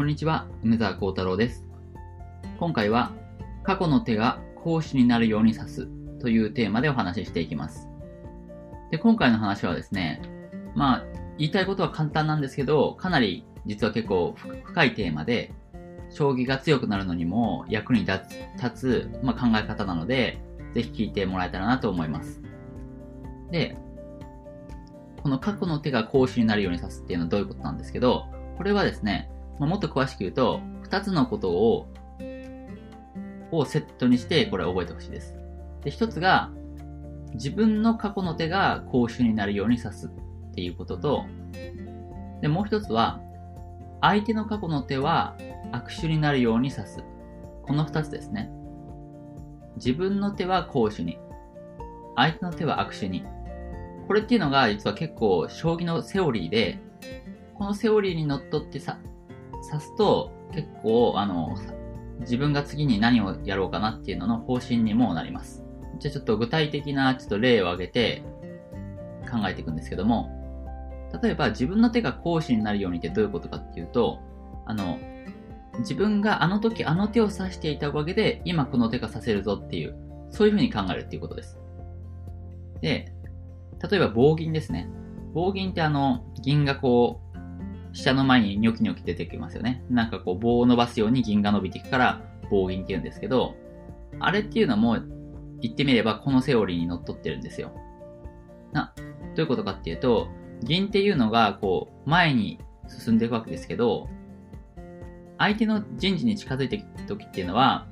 んにちは、梅澤幸太郎です。今回は、過去の手が攻守になるように指すというテーマでお話ししていきます。で、今回の話はですね、言いたいことは簡単なんですけど、かなり実は結構深いテーマで、将棋が強くなるのにも役に立つ、考え方なので、ぜひ聞いてもらえたらなと思います。で、この過去の手が攻守になるように指すっていうのはどういうことなんですけど、これはですね、もっと詳しく言うと、2つのことをセットにしてこれ覚えてほしいです。で、1つが、自分の過去の手が攻守になるように指すっていうことと、で、もう1つは、相手の過去の手は悪手になるように指す。この2つですね。自分の手は攻守に、相手の手は悪手に。これっていうのが実は結構将棋のセオリーで、このセオリーにのっとって指すと結構自分が次に何をやろうかなっていうのの方針にもなります。じゃあちょっと具体的な例を挙げて考えていくんですけども、例えば自分の手が攻守になるようにってどういうことかっていうと、自分があの時あの手を指していたおかげで今この手が指せるぞっていう、そういう風に考えるっていうことです。で、例えば棒銀ですね。棒銀って銀が飛車の前にニョキニョキ出てきますよね。棒を伸ばすように銀が伸びていくから棒銀って言うんですけど、あれっていうのも言ってみればこのセオリーにのっとってるんですよ。どういうことかっていうと、銀っていうのが前に進んでいくわけですけど、相手の陣地に近づいていく時っていうのは、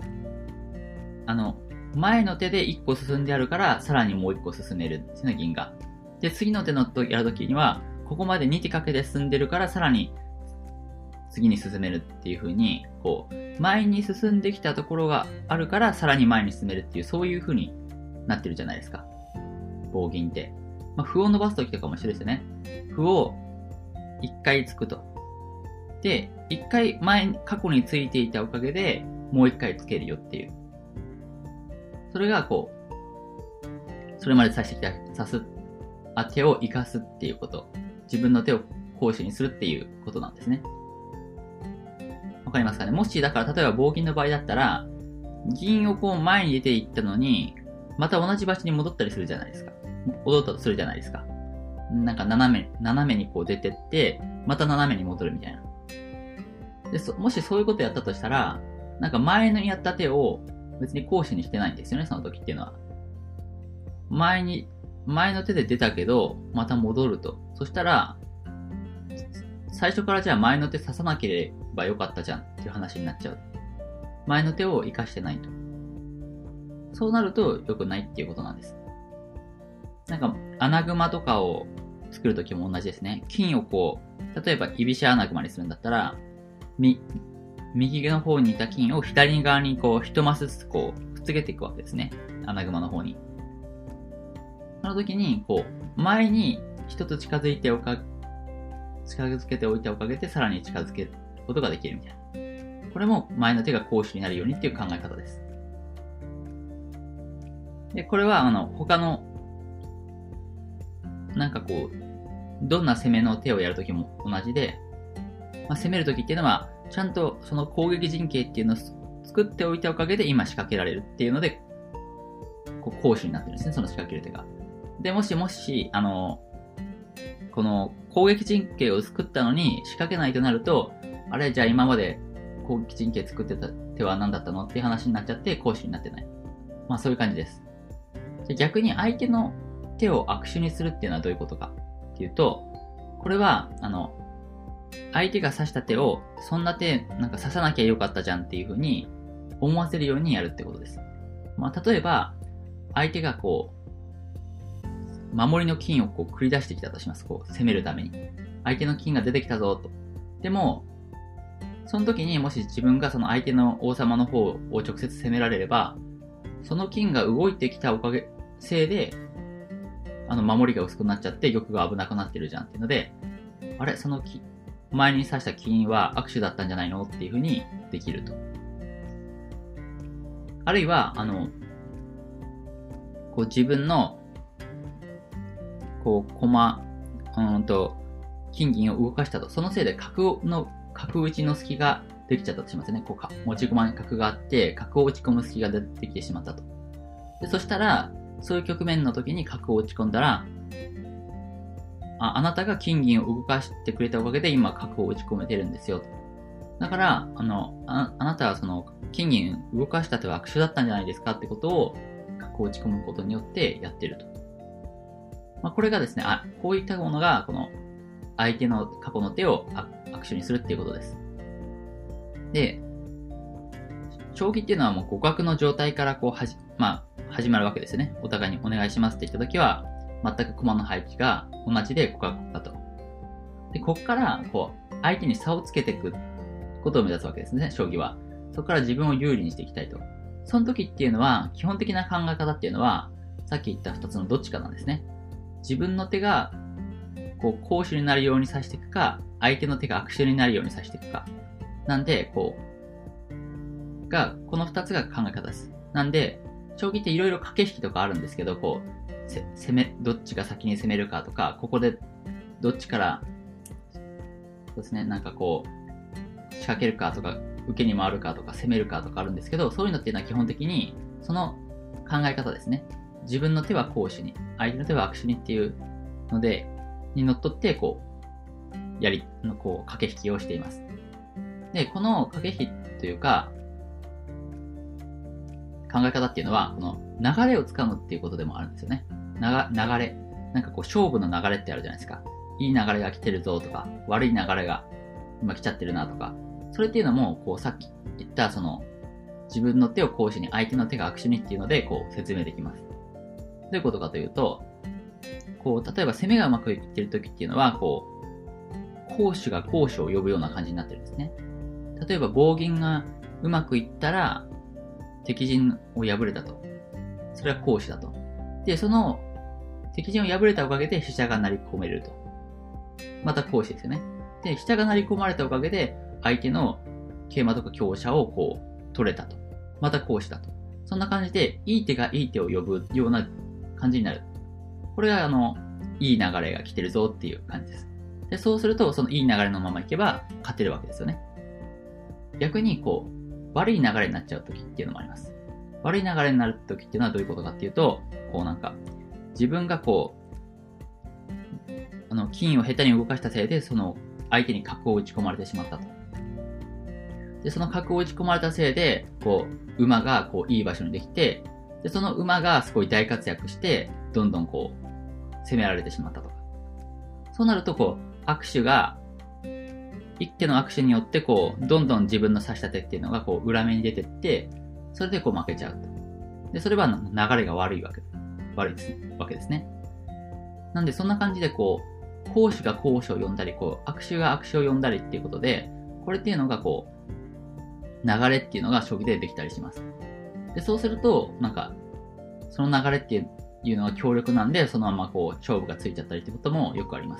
前の手で1個進んであるからさらにもう1個進めるんですね、銀が。で、次の手のやる時には、ここまで2手かけて進んでるからさらに次に進めるっていう風に、前に進んできたところがあるからさらに前に進めるっていう、そういう風になってるじゃないですか。棒銀って。歩を伸ばす時とかも一緒ですよね。歩を1回つくと。で、1回過去についていたおかげでもう1回つけるよっていう。それがそれまで指してきた手を生かすっていうこと。自分の手を攻守にするっていうことなんですね。わかりますかね？もし、だから例えば棒銀の場合だったら、銀を前に出ていったのに、また同じ場所に戻ったりするじゃないですか。戻ったとするじゃないですか。斜めに出てって、また斜めに戻るみたいな。で、もしそういうことやったとしたら、前のやった手を別に攻守にしてないんですよね、その時っていうのは。前の手で出たけど、また戻ると。そしたら、最初からじゃあ前の手刺さなければよかったじゃんっていう話になっちゃう。前の手を活かしてないと。そうなると良くないっていうことなんです。穴熊とかを作るときも同じですね。金を例えば居飛車穴熊にするんだったら、右の方にいた金を左側に一マスずつくっつけていくわけですね。穴熊の方に。その時に、前に一つ近づけておいたおかげでさらに近づけることができるみたいな。これも前の手が攻守になるようにっていう考え方です。で、これは他の、どんな攻めの手をやるときも同じで、攻めるときっていうのは、ちゃんとその攻撃陣形っていうのを作っておいたおかげで今仕掛けられるっていうので、攻守になってるんですね、その仕掛ける手が。で、もし、この攻撃陣形を作ったのに仕掛けないとなると、あれ、じゃあ今まで攻撃陣形作ってた手は何だったのっていう話になっちゃって攻守になってない。そういう感じです。逆に相手の手を悪手にするっていうのはどういうことかっていうと、これは、相手が指した手を、そんな手、指さなきゃよかったじゃんっていう風に思わせるようにやるってことです。例えば、相手が守りの金を繰り出してきたとします。攻めるために。相手の金が出てきたぞと。でも、その時にもし自分がその相手の王様の方を直接攻められれば、その金が動いてきたせいで、守りが薄くなっちゃって玉が危なくなってるじゃんっていうので、あれ、前に刺した金は悪手だったんじゃないのっていう風にできると。あるいは、自分の、金銀を動かしたと。そのせいで角の角打ちの隙ができちゃったとしますよね。こう持ち駒に角があって、角を打ち込む隙が出てきてしまったと。で、そしたら、そういう局面の時に角を打ち込んだら、あなたが金銀を動かしてくれたおかげで今角を打ち込めてるんですよ。だから、あなたはその金銀動かした手は悪手だったんじゃないですかってことを角を打ち込むことによってやってると。これがですね、こういったものがこの相手の過去の手を悪手にするっていうことです。で、将棋っていうのはもう互角の状態からこう始まるわけですよね。お互いにお願いしますって言ったときは、全く駒の配置が同じで互角だと。で、ここからこう相手に差をつけていくことを目指すわけですね、将棋は。そこから自分を有利にしていきたいと。その時っていうのは、基本的な考え方っていうのは、さっき言った2つのどっちかなんですね。自分の手がこう攻守になるように指していくか、相手の手が悪手になるように指していくか。なんで、この2つが考え方です。なんで、将棋っていろいろ駆け引きとかあるんですけど、こう、どっちが先に攻めるかとか、ここでどっちから、そうですね、なんかこう、仕掛けるかとか、受けに回るかとか、攻めるかとかあるんですけど、そういうのっていうのは基本的に、その考え方ですね。自分の手は攻守に、相手の手は悪手にっていうので、にのっとって、こう、駆け引きをしています。で、この駆け引きというか、考え方っていうのは、この流れをつかむっていうことでもあるんですよね。流れ。なんかこう、勝負の流れってあるじゃないですか。いい流れが来てるぞとか、悪い流れが今来ちゃってるなとか。それっていうのも、こう、さっき言った、その、自分の手を攻守に、相手の手が悪手にっていうので、こう、説明できます。どういうことかというと、こう、例えば攻めがうまくいってる時っていうのは、こう、攻守が攻守を呼ぶような感じになってるんですね。例えば棒銀がうまくいったら、敵陣を破れたと。それは攻守だと。で、その敵陣を破れたおかげで飛車が成り込めると。また攻守ですよね。で、飛車が成り込まれたおかげで相手の桂馬とか香車をこう取れたと。また攻守だと。そんな感じで、いい手がいい手を呼ぶような感じになる。これがいい流れが来てるぞっていう感じです。で、そうすると、そのいい流れのままいけば勝てるわけですよね。逆にこう、悪い流れになっちゃう時っていうのもあります。悪い流れになる時っていうのはどういうことかっていうと、こうなんか、自分がこう、金を下手に動かしたせいで、その相手に角を打ち込まれてしまったと。で、その角を打ち込まれたせいで、こう、馬がこういい場所にできて、で、その馬がすごい大活躍して、どんどんこう、攻められてしまったとか。そうなると、こう、握手が、一手の握手によって、こう、どんどん自分の指した手っていうのが、こう、裏目に出てって、それでこう負けちゃうと。で、それは流れが悪いわけですね。なんで、そんな感じで、こう、攻守が攻守を呼んだり、こう、握手が握手を呼んだりっていうことで、これっていうのが、こう、流れっていうのが将棋でできたりします。で、そうすると、なんか、その流れっていうのは強力なんで、そのままこう、勝負がついちゃったりってこともよくあります。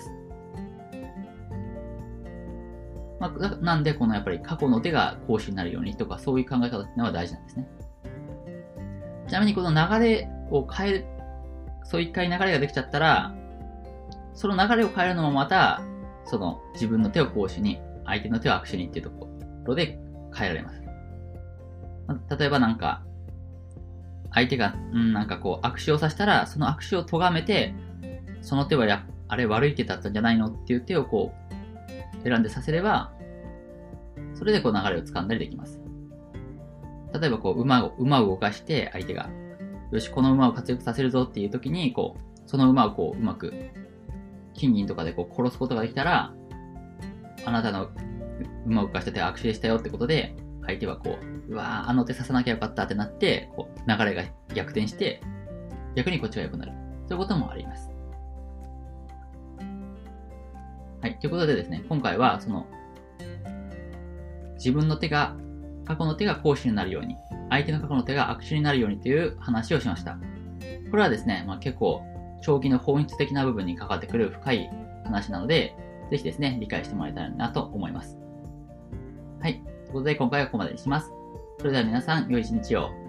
なんで、このやっぱり過去の手が攻守になるようにとか、そういう考え方っていうのは大事なんですね。ちなみにこの流れを変える、そう一回流れができちゃったら、その流れを変えるのもまた、その自分の手を攻守に、相手の手を悪手にっていうところで変えられます。例えばなんか、相手が、なんかこう、悪手を指したら、その悪手を咎めて、その手はあれ悪い手だったんじゃないのっていう手をこう、選んでさせれば、それでこう流れを掴んだりできます。例えばこう馬を動かして相手が、よし、この馬を活躍させるぞっていう時に、こう、その馬をこう、うまく、金銀とかでこう殺すことができたら、あなたの馬を動かしてて悪手でしたよってことで、相手はこう、うわー、あの手刺さなきゃよかったってなって、こう、流れが逆転して、逆にこっちが良くなる。そういうこともあります。はい。ということでですね、今回は、自分の過去の手が攻守になるように、相手の過去の手が悪手になるようにという話をしました。これはですね、結構、将棋の本質的な部分に関わってくる深い話なので、ぜひですね、理解してもらえたらなと思います。はい。ということで、今回はここまでにします。それでは皆さん、良い一日を。